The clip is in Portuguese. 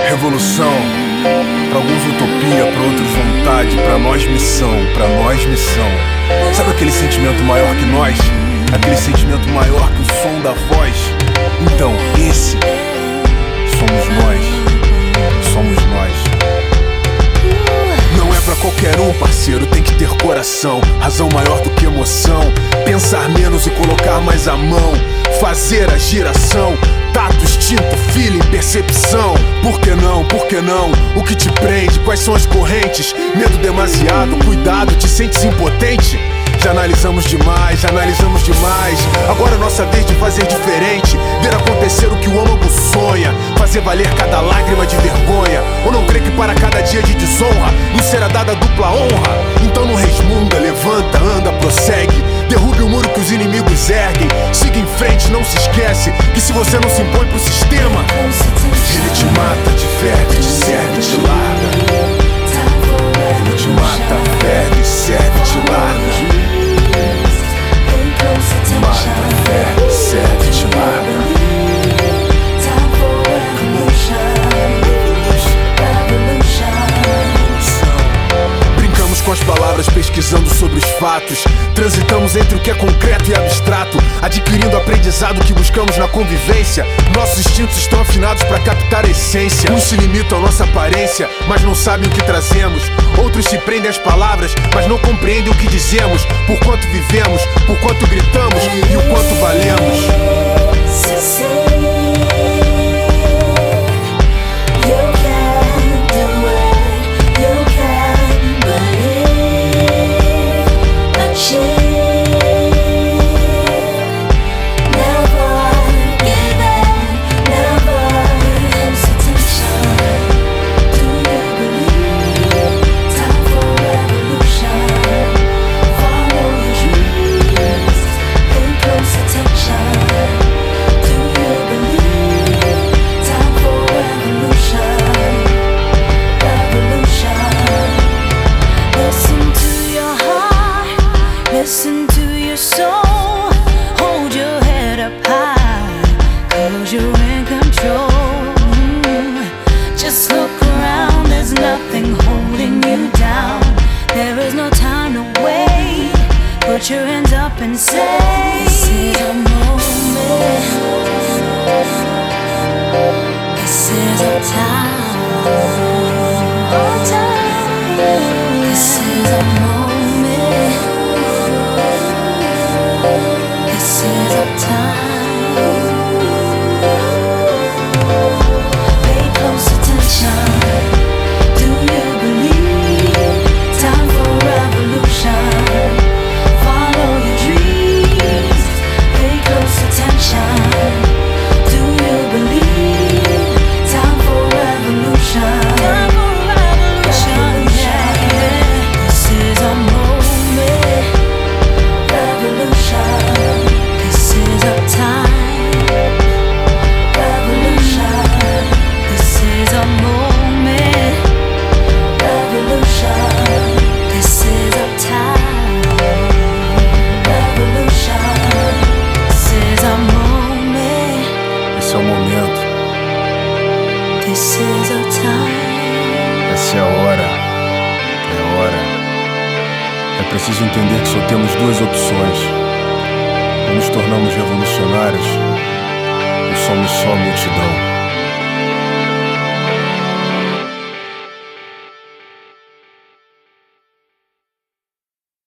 Revolução, pra alguns utopia, pra outros vontade, pra nós missão, pra nós missão. Sabe aquele sentimento maior que nós? Aquele sentimento maior que o som da voz? Então, esse somos nós, somos nós. Não é pra qualquer um, parceiro, tem que ter coração, razão maior do que emoção, pensar menos e colocar mais a mão, fazer a giração, tato, instinto, feeling, percepção. Por que não? Por que não? O que te prende? Quais são as correntes? Medo demasiado, cuidado, te sentes impotente? Já analisamos demais, já analisamos demais. Agora é nossa vez de fazer diferente, ver acontecer o que o âmago sonha, fazer valer cada lágrima de vergonha. Ou não crê que para cada dia de desonra nos será dada dupla honra? Então não resmunga, levanta, anda, prossegue, derrube o muro que os inimigos erguem. Siga em frente, não se esquece que se você não se impõe pro sistema, ele te mata, te ferve, te serve, te larga. Ele te mata, ferve, serve, te larga. Mata, ferve, serve, te larga. Brincamos com as palavras, pesquisando sobre os fatos. Transitamos entre o que é concreto e abstrato, adquirindo aprendizado que buscamos na convivência. Nossos instintos estão afinados para captar a essência. Uns se limitam à nossa aparência, mas não sabem o que trazemos. Outros se prendem às palavras, mas não compreendem o que dizemos. Por quanto vivemos, por quanto gritamos e o quanto valemos. Listen to your soul, hold your head up high, 'cause you're in control. Just look around, there's nothing holding you down. There is no time to wait, put your hands up and say, this is a moment, this is a time, this is a moment. This is our time. Pay close attention. Do you believe? Time for revolution. Follow your dreams. Pay close attention. Do you believe? Time for revolution. Time for revolution. Yeah. This is our moment. Revolution. This is our time. Revolution. This is our moment. Revolution. This is our time. Revolution. This is our moment. Esse é o momento. This is our time. Essa é a hora. É a hora. É preciso entender que só temos duas opções: ou nos tornamos revolucionários, ou somos só multidão.